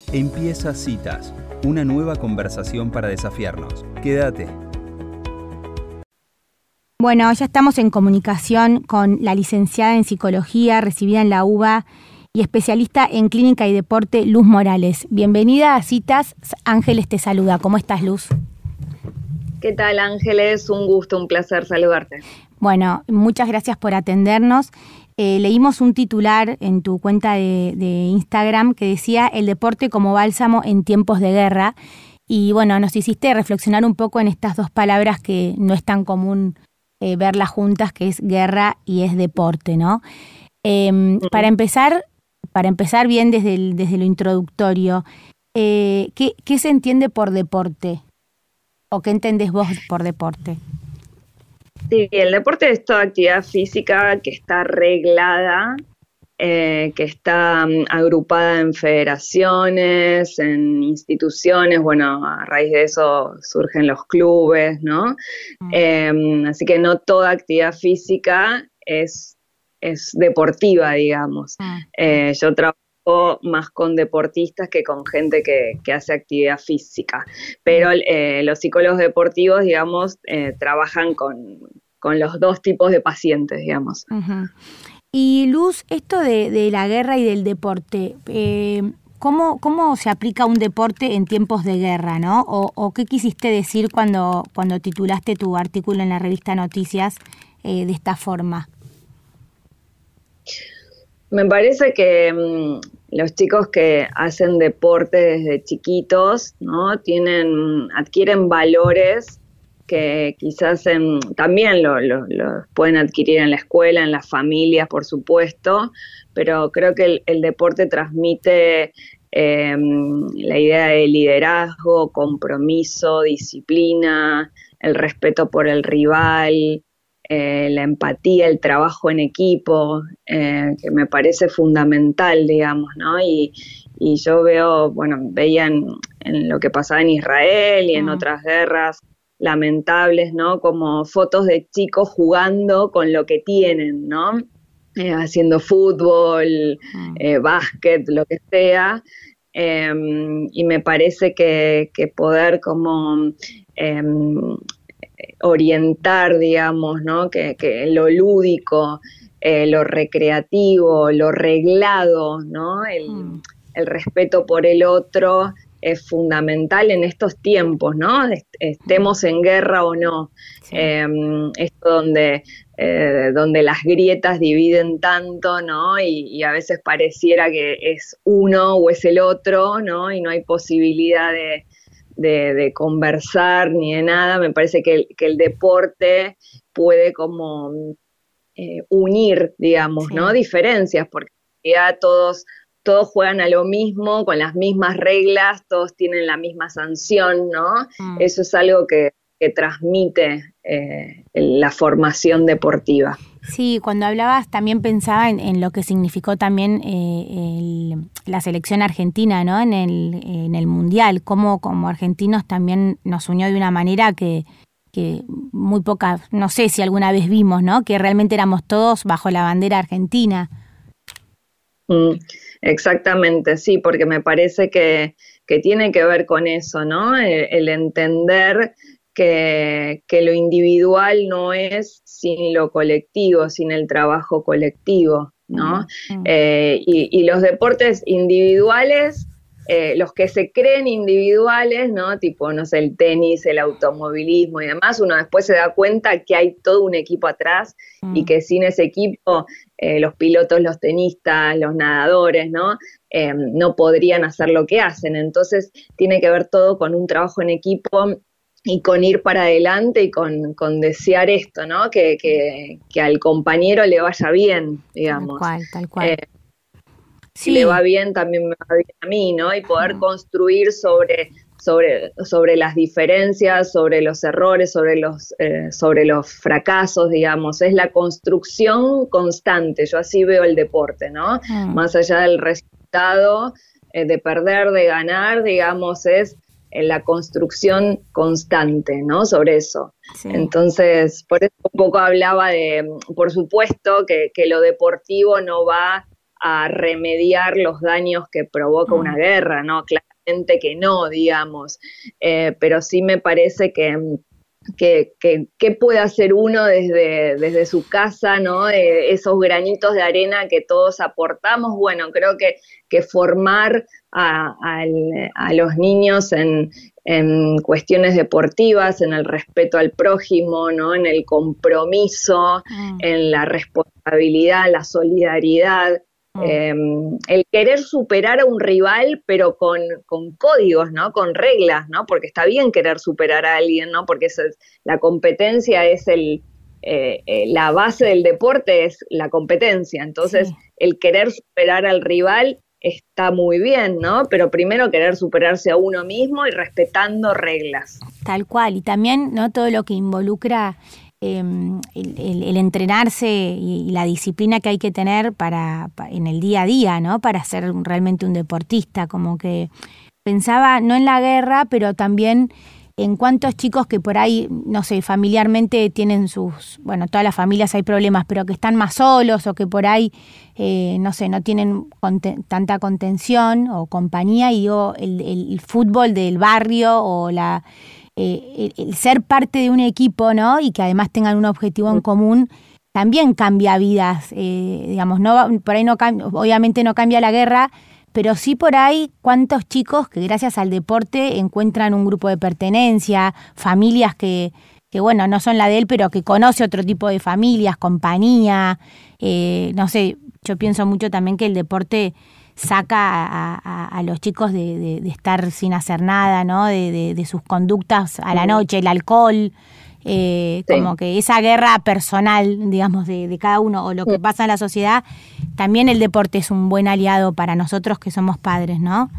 Empieza Citas, una nueva conversación para desafiarnos. Quédate. Bueno, ya estamos en comunicación con la licenciada en Psicología, recibida en la UBA y especialista en Clínica y Deporte, Luz Morales. Bienvenida a Citas. Ángeles te saluda. ¿Cómo estás, Luz? ¿Qué tal, Ángeles? Un gusto, un placer saludarte. Bueno, muchas gracias por atendernos. Leímos un titular en tu cuenta de Instagram que decía el deporte como bálsamo en tiempos de guerra. Y bueno, nos hiciste reflexionar un poco en estas dos palabras que no es tan común verlas juntas, que es guerra y es deporte, ¿no? Para empezar bien desde lo introductorio, ¿qué se entiende por deporte? ¿O qué entendés vos por deporte? Sí, el deporte es toda actividad física que está reglada, que está agrupada en federaciones, en instituciones. Bueno, a raíz de eso surgen los clubes, ¿no? Así que no toda actividad física es deportiva, digamos. Yo trabajo más con deportistas que con gente que hace actividad física, pero los psicólogos deportivos, digamos, trabajan con los dos tipos de pacientes, digamos. Uh-huh. Y Luz, esto de la guerra y del deporte, ¿cómo se aplica un deporte en tiempos de guerra, ¿no? ¿O qué quisiste decir cuando titulaste tu artículo en la revista Noticias de esta forma? Me parece que los chicos que hacen deporte desde chiquitos, ¿no? Adquieren valores que quizás también los pueden adquirir en la escuela, en las familias, por supuesto, pero creo que el deporte transmite la idea de liderazgo, compromiso, disciplina, el respeto por el rival, la empatía, el trabajo en equipo, que me parece fundamental, digamos, ¿no? Y yo veía en lo que pasaba en Israel y en otras guerras lamentables, ¿no? Como fotos de chicos jugando con lo que tienen, ¿no? Haciendo fútbol, básquet, lo que sea. Y me parece que poder como orientar, digamos, ¿no? Que lo lúdico, lo recreativo, lo reglado, ¿no? El respeto por el otro es fundamental en estos tiempos, ¿no? Estemos en guerra o no. Sí. Esto donde las grietas dividen tanto, ¿no? Y a veces pareciera que es uno o es el otro, ¿no? Y no hay posibilidad de conversar ni de nada. Me parece que el deporte puede como unir, digamos, sí, ¿no? Diferencias, porque ya todos juegan a lo mismo, con las mismas reglas, todos tienen la misma sanción, ¿no? Eso es algo que transmite la formación deportiva. Sí, cuando hablabas también pensaba en lo que significó también la selección argentina, ¿no? En el Mundial, cómo como argentinos también nos unió de una manera que muy pocas, no sé si alguna vez vimos, ¿no? Que realmente éramos todos bajo la bandera argentina. Exactamente, sí, porque me parece que tiene que ver con eso, ¿no? El entender que lo individual no es sin lo colectivo, sin el trabajo colectivo, ¿no? Y los deportes individuales, los que se creen individuales, ¿no? Tipo, no sé, el tenis, el automovilismo y demás, uno después se da cuenta que hay todo un equipo atrás y que sin ese equipo, los pilotos, los tenistas, los nadadores, ¿no? No podrían hacer lo que hacen. Entonces, tiene que ver todo con un trabajo en equipo y con ir para adelante y con desear esto, ¿no? Que al compañero le vaya bien, digamos. Tal cual. Si le va bien, también me va bien a mí, ¿no? Y poder construir sobre las diferencias, sobre los errores, sobre los fracasos, digamos. Es la construcción constante. Yo así veo el deporte, ¿no? Más allá del resultado, de perder, de ganar, digamos, es la construcción constante, ¿no? Sobre eso. Sí. Entonces, por eso un poco hablaba de, por supuesto, que lo deportivo no va a remediar los daños que provoca una guerra, ¿no? Claramente que no, digamos, pero sí me parece que puede hacer uno desde su casa, ¿no? Esos granitos de arena que todos aportamos. Bueno, creo que formar a los niños en cuestiones deportivas, en el respeto al prójimo, ¿no? En el compromiso, en la responsabilidad, la solidaridad. El querer superar a un rival, pero con códigos, ¿no? Con reglas, ¿no? Porque está bien querer superar a alguien, ¿no? Porque la competencia es la base del deporte es la competencia. Entonces, el querer superar al rival está muy bien, ¿no? Pero primero querer superarse a uno mismo y respetando reglas. Tal cual. Y también, ¿no? Todo lo que involucra el entrenarse y la disciplina que hay que tener en el día a día, ¿no? Para ser realmente un deportista, como que pensaba no en la guerra, pero también en cuántos chicos que por ahí, no sé, familiarmente tienen todas las familias hay problemas, pero que están más solos o que por ahí, no sé, no tienen tanta contención o compañía, y digo, el fútbol del barrio o el ser parte de un equipo, ¿no? Y que además tengan un objetivo en común, también cambia vidas, digamos, no, por ahí no obviamente no cambia la guerra, pero sí por ahí cuántos chicos que gracias al deporte encuentran un grupo de pertenencia, familias que bueno, no son la de él, pero que conoce otro tipo de familias, compañía, no sé, yo pienso mucho también que el deporte saca a los chicos de estar sin hacer nada, ¿no? De sus conductas a la noche, el alcohol, como que esa guerra personal, digamos, de cada uno o lo que pasa en la sociedad, también el deporte es un buen aliado para nosotros que somos padres, ¿no?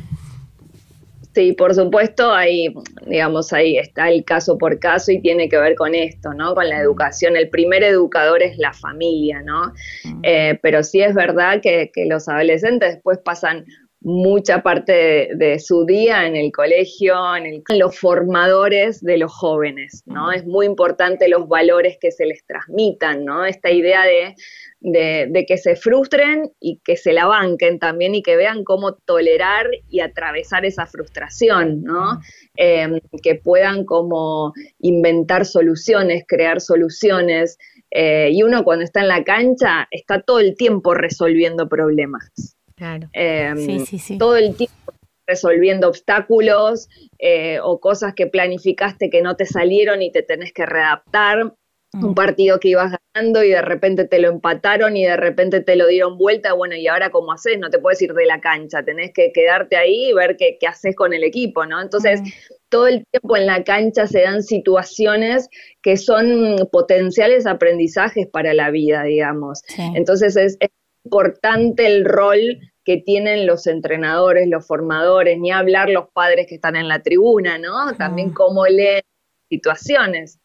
Sí, por supuesto, ahí está el caso por caso y tiene que ver con esto, ¿no? Con la educación. El primer educador es la familia, ¿no? Pero sí es verdad que los adolescentes después pasan mucha parte de su día en el colegio, en los formadores de los jóvenes, ¿no? Es muy importante los valores que se les transmitan, ¿no? Esta idea de que se frustren y que se la banquen también y que vean cómo tolerar y atravesar esa frustración, ¿no? Que puedan como inventar soluciones, crear soluciones, y uno cuando está en la cancha está todo el tiempo resolviendo problemas. Claro. Sí. Todo el tiempo resolviendo obstáculos o cosas que planificaste que no te salieron y te tenés que readaptar. Un partido que ibas ganando y de repente te lo empataron y de repente te lo dieron vuelta, bueno, ¿y ahora cómo haces? No te puedes ir de la cancha, tenés que quedarte ahí y ver qué haces con el equipo, ¿no? Entonces, todo el tiempo en la cancha se dan situaciones que son potenciales aprendizajes para la vida, digamos. Sí. Entonces, es importante el rol que tienen los entrenadores, los formadores, ni hablar los padres que están en la tribuna, ¿no? También cómo leen situaciones.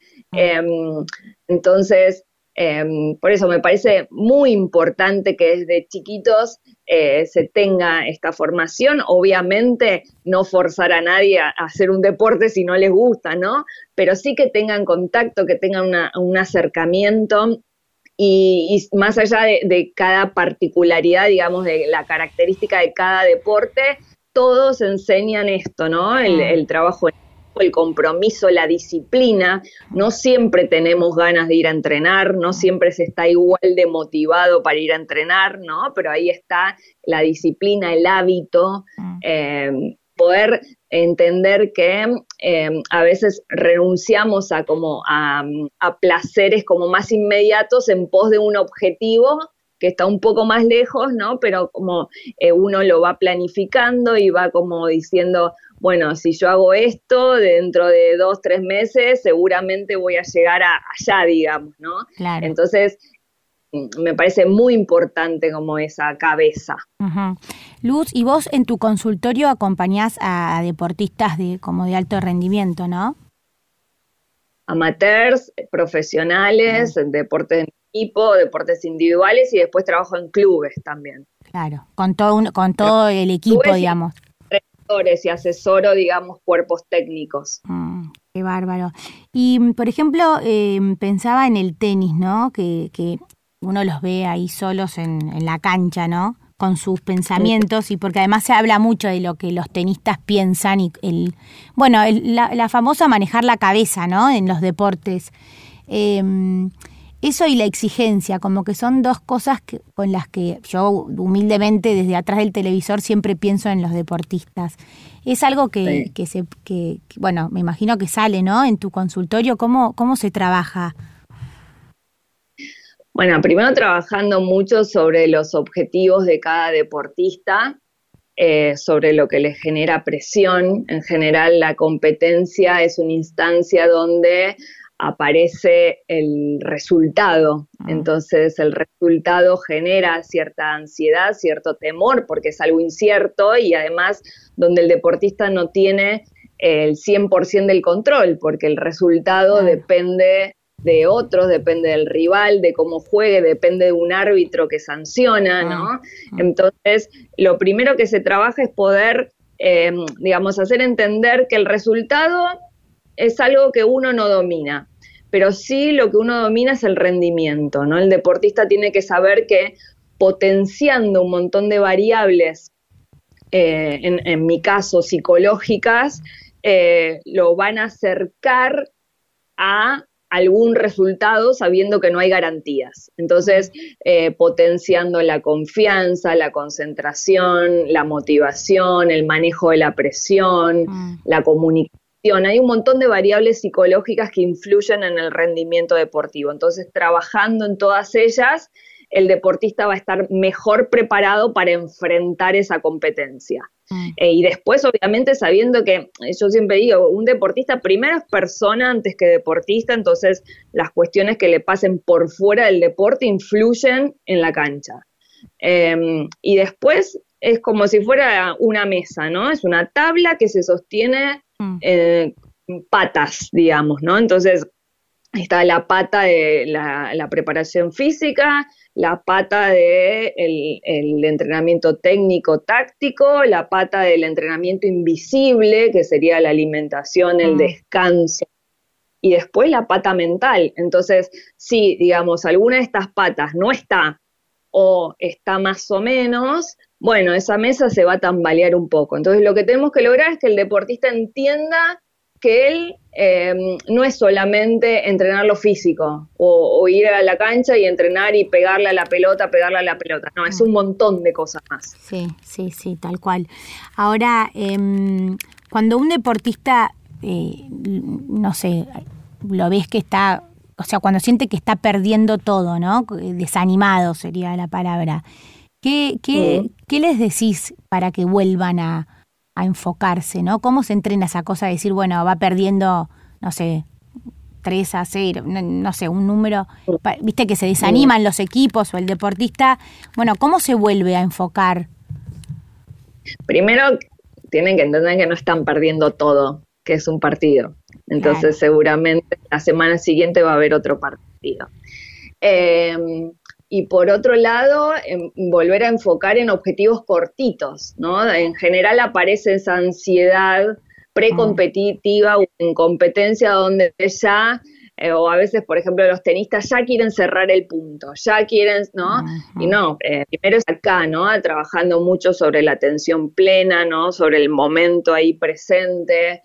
Entonces, por eso me parece muy importante que desde chiquitos se tenga esta formación. Obviamente no forzar a nadie a hacer un deporte si no les gusta, ¿no? Pero sí que tengan contacto, que tengan un acercamiento. Y más allá de cada particularidad, digamos, de la característica de cada deporte, todos enseñan esto, ¿no? El trabajo en equipo, el compromiso, la disciplina. No siempre tenemos ganas de ir a entrenar, no siempre se está igual de motivado para ir a entrenar, ¿no? Pero ahí está la disciplina, el hábito, poder entender que a veces renunciamos a placeres como más inmediatos en pos de un objetivo que está un poco más lejos, ¿no? Pero como uno lo va planificando y va como diciendo, bueno, si yo hago esto, dentro de 2-3 meses seguramente voy a llegar allá, digamos, ¿no? Claro. Entonces, me parece muy importante como esa cabeza. Uh-huh. Luz, y vos en tu consultorio acompañás a deportistas como de alto rendimiento, ¿no? Amateurs, profesionales, deportes en equipo, deportes individuales y después trabajo en clubes también. Claro, con todo el equipo, digamos. Y asesoro, digamos, cuerpos técnicos. Qué bárbaro. Y, por ejemplo, pensaba en el tenis, ¿no? Que uno los ve ahí solos en la cancha, ¿no? Con sus pensamientos, y porque además se habla mucho de lo que los tenistas piensan y la famosa manejar la cabeza, ¿no? En los deportes. Eso y la exigencia, como que son dos cosas con las que yo humildemente desde atrás del televisor siempre pienso en los deportistas. Es algo que me imagino que sale, ¿no? En tu consultorio, ¿cómo se trabaja? Bueno, primero trabajando mucho sobre los objetivos de cada deportista, sobre lo que les genera presión. En general, la competencia es una instancia donde aparece el resultado. Entonces, el resultado genera cierta ansiedad, cierto temor, porque es algo incierto y además donde el deportista no tiene el 100% del control, porque el resultado depende de otros, depende del rival, de cómo juegue, depende de un árbitro que sanciona, ¿no? Entonces, lo primero que se trabaja es poder, hacer entender que el resultado es algo que uno no domina, pero sí lo que uno domina es el rendimiento, ¿no? El deportista tiene que saber que potenciando un montón de variables, en mi caso psicológicas, lo van a acercar a algún resultado sabiendo que no hay garantías. Entonces, potenciando la confianza, la concentración, la motivación, el manejo de la presión, la comunicación. Hay un montón de variables psicológicas que influyen en el rendimiento deportivo. Entonces, trabajando en todas ellas, el deportista va a estar mejor preparado para enfrentar esa competencia. Y después, obviamente, sabiendo que, yo siempre digo, un deportista primero es persona antes que deportista, entonces las cuestiones que le pasen por fuera del deporte influyen en la cancha. Y después es como si fuera una mesa, ¿no? Es una tabla que se sostiene patas, digamos, ¿no? Entonces está la pata de la preparación física, la pata de el entrenamiento técnico-táctico, la pata del entrenamiento invisible, que sería la alimentación, el descanso, y después la pata mental. Entonces, si, digamos, alguna de estas patas no está o está más o menos, bueno, esa mesa se va a tambalear un poco. Entonces, lo que tenemos que lograr es que el deportista entienda que él no es solamente entrenar lo físico o ir a la cancha y entrenar y pegarle a la pelota. No, es un montón de cosas más. Sí, tal cual. Ahora, cuando un deportista, no sé, lo ves que está, o sea, cuando siente que está perdiendo todo, ¿no? Desanimado sería la palabra. ¿Qué les decís para que vuelvan a enfocarse, ¿no? ¿Cómo se entrena esa cosa de decir, bueno, va perdiendo, no sé, 3-0, no sé, un número, viste que se desaniman los equipos o el deportista? Bueno, ¿cómo se vuelve a enfocar? Primero, tienen que entender que no están perdiendo todo, que es un partido. Entonces, seguramente la semana siguiente va a haber otro partido. Y por otro lado, volver a enfocar en objetivos cortitos, ¿no? En general aparece esa ansiedad precompetitiva o en competencia donde ya, o a veces, por ejemplo, los tenistas ya quieren cerrar el punto, ya quieren, ¿no? Y no, primero es acá, ¿no? Trabajando mucho sobre la atención plena, ¿no? Sobre el momento ahí presente.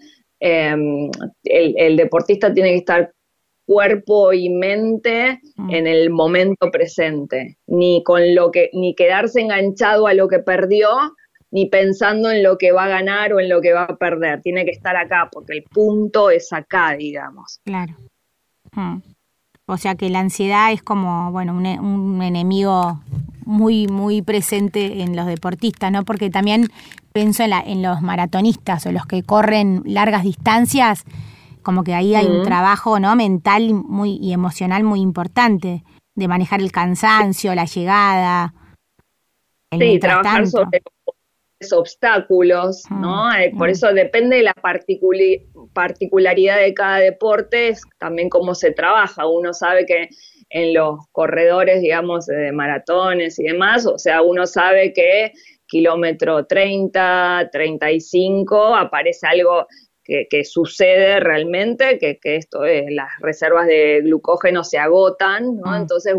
El deportista tiene que estar cuerpo y mente en el momento presente, ni quedarse enganchado a lo que perdió, ni pensando en lo que va a ganar o en lo que va a perder. Tiene que estar acá, porque el punto es acá, digamos. Claro. O sea que la ansiedad es como, bueno, un enemigo muy, muy presente en los deportistas, ¿no? Porque también pienso en los maratonistas o los que corren largas distancias, como que ahí hay un trabajo, ¿no? Mental y emocional muy importante, de manejar el cansancio, la llegada. Sí, trabajar sobre los obstáculos, ¿no? Por eso depende de la particularidad de cada deporte, es también cómo se trabaja. Uno sabe que en los corredores, digamos, de maratones y demás, o sea, uno sabe que kilómetro 30, 35, aparece algo que sucede realmente, que esto es, las reservas de glucógeno se agotan, ¿no? Entonces, bueno,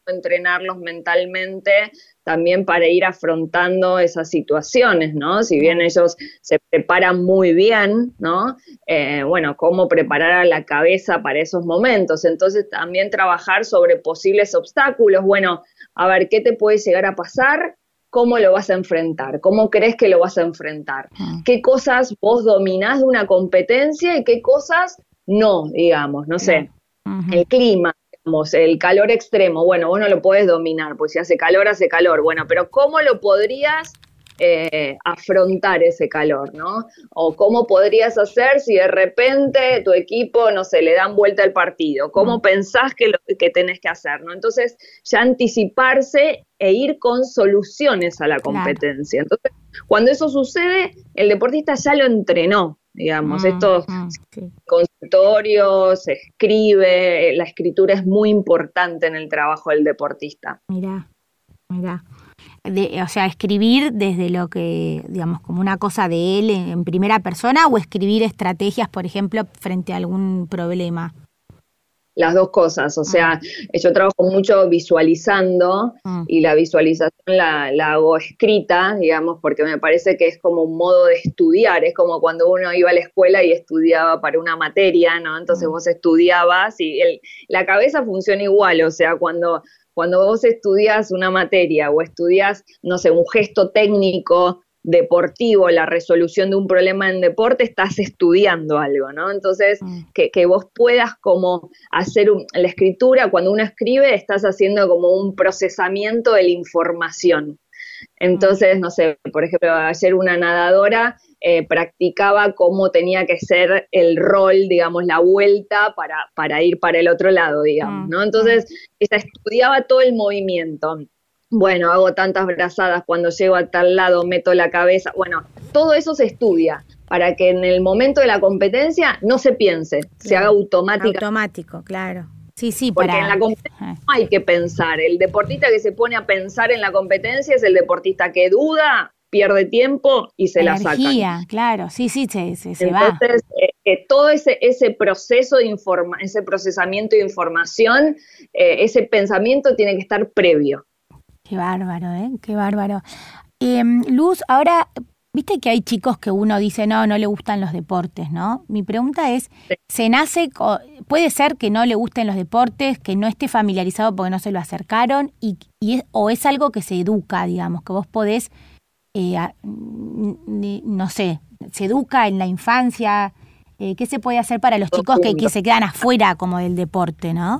entrenarlos mentalmente también para ir afrontando esas situaciones, ¿no? Si bien ellos se preparan muy bien, ¿no? Bueno, cómo preparar a la cabeza para esos momentos. Entonces también trabajar sobre posibles obstáculos. Bueno, a ver, ¿qué te puede llegar a pasar? ¿Cómo lo vas a enfrentar? ¿Cómo crees que lo vas a enfrentar? ¿Qué cosas vos dominás de una competencia y qué cosas no, digamos? No sé, el clima, digamos, el calor extremo. Bueno, vos no lo podés dominar, pues si hace calor, hace calor. Bueno, pero ¿cómo lo podrías afrontar ese calor, ¿no? O cómo podrías hacer si de repente tu equipo, no sé, le dan vuelta al partido. ¿Cómo pensás que tenés que hacer, ¿no? Entonces, ya anticiparse e ir con soluciones a la competencia. Entonces, cuando eso sucede, el deportista ya lo entrenó, digamos, estos consultorios, se escribe, la escritura es muy importante en el trabajo del deportista. Mirá. O sea, escribir desde lo que, digamos, como una cosa de él en primera persona, o escribir estrategias, por ejemplo, frente a algún problema. Las dos cosas, o sea, yo trabajo mucho visualizando y la visualización la hago escrita, digamos, porque me parece que es como un modo de estudiar, es como cuando uno iba a la escuela y estudiaba para una materia, ¿no? Entonces vos estudiabas y la cabeza funciona igual, o sea, cuando vos estudias una materia o estudias, no sé, un gesto técnico deportivo, la resolución de un problema en deporte, estás estudiando algo, ¿no? Entonces, que vos puedas como hacer la escritura, cuando uno escribe, estás haciendo como un procesamiento de la información. Entonces, no sé, por ejemplo, ayer una nadadora practicaba cómo tenía que ser el rol, digamos, la vuelta para ir para el otro lado, digamos, ¿no? Entonces, ella estudiaba todo el movimiento. Bueno, hago tantas brazadas, cuando llego a tal lado meto la cabeza. Bueno, todo eso se estudia para que en el momento de la competencia no se piense, se haga automáticamente. Automático, claro. Sí, porque en la competencia no hay que pensar. El deportista que se pone a pensar en la competencia es el deportista que duda, pierde tiempo y se la saca. Energía, claro, sí, se va. Entonces, todo ese proceso de ese procesamiento de información, ese pensamiento tiene que estar previo. Qué bárbaro, qué bárbaro. Luz, ahora, viste que hay chicos que uno dice, no le gustan los deportes, ¿no? Mi pregunta es, ¿se nace, puede ser que no le gusten los deportes, que no esté familiarizado porque no se lo acercaron, o es algo que se educa, digamos, que vos podés, no sé, se educa en la infancia? ¿Qué se puede hacer para los chicos que se quedan afuera como del deporte, no?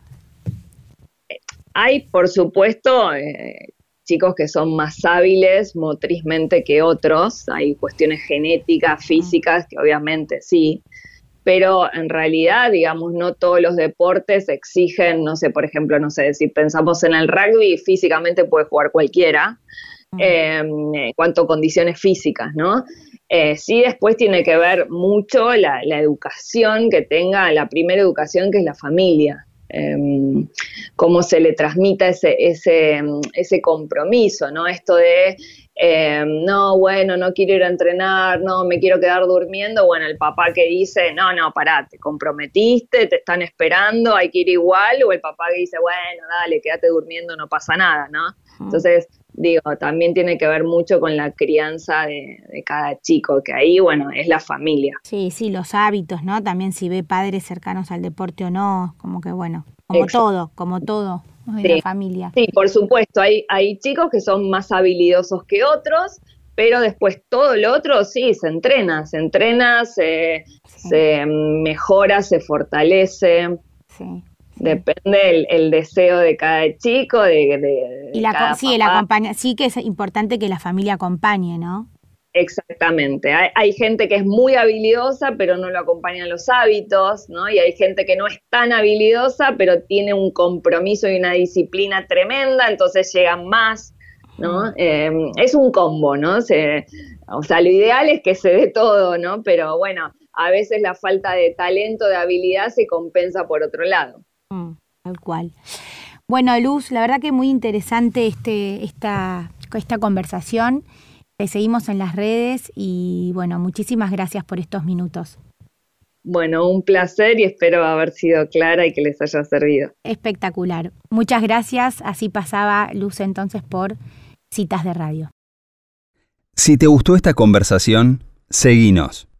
Hay, por supuesto, chicos que son más hábiles motrizmente que otros, hay cuestiones genéticas, físicas, que obviamente sí, pero en realidad, digamos, no todos los deportes exigen, no sé, por ejemplo, no sé, si pensamos en el rugby, físicamente puede jugar cualquiera, en cuanto a condiciones físicas, ¿no? Sí, después tiene que ver mucho la educación que tenga, la primera educación, que es la familia. Cómo se le transmita ese compromiso, ¿no? Esto de no, bueno, no quiero ir a entrenar, no, me quiero quedar durmiendo. Bueno, el papá que dice, no, pará, te comprometiste, te están esperando, hay que ir igual, o el papá que dice, bueno, dale, quédate durmiendo, no pasa nada, ¿no? Entonces, digo, también tiene que ver mucho con la crianza de cada chico, que ahí, bueno, es la familia. Sí, los hábitos, ¿no? También si ve padres cercanos al deporte o no, como que bueno, como todo en la familia. Sí, por supuesto, hay chicos que son más habilidosos que otros, pero después todo lo otro sí, se entrena, se mejora, se fortalece. Sí. Depende el deseo de cada chico, de cada papá. Sí que es importante que la familia acompañe, ¿no? Exactamente. Hay gente que es muy habilidosa, pero no lo acompañan los hábitos, ¿no? Y hay gente que no es tan habilidosa, pero tiene un compromiso y una disciplina tremenda, entonces llegan más, ¿no? Es un combo, ¿no? O sea, lo ideal es que se dé todo, ¿no? Pero bueno, a veces la falta de talento, de habilidad se compensa por otro lado. Tal cual. Bueno, Luz, la verdad que muy interesante esta conversación. Te seguimos en las redes y bueno, muchísimas gracias por estos minutos. Bueno, un placer y espero haber sido clara y que les haya servido. Espectacular. Muchas gracias. Así pasaba Luz entonces por Citas de Radio. Si te gustó esta conversación, seguinos.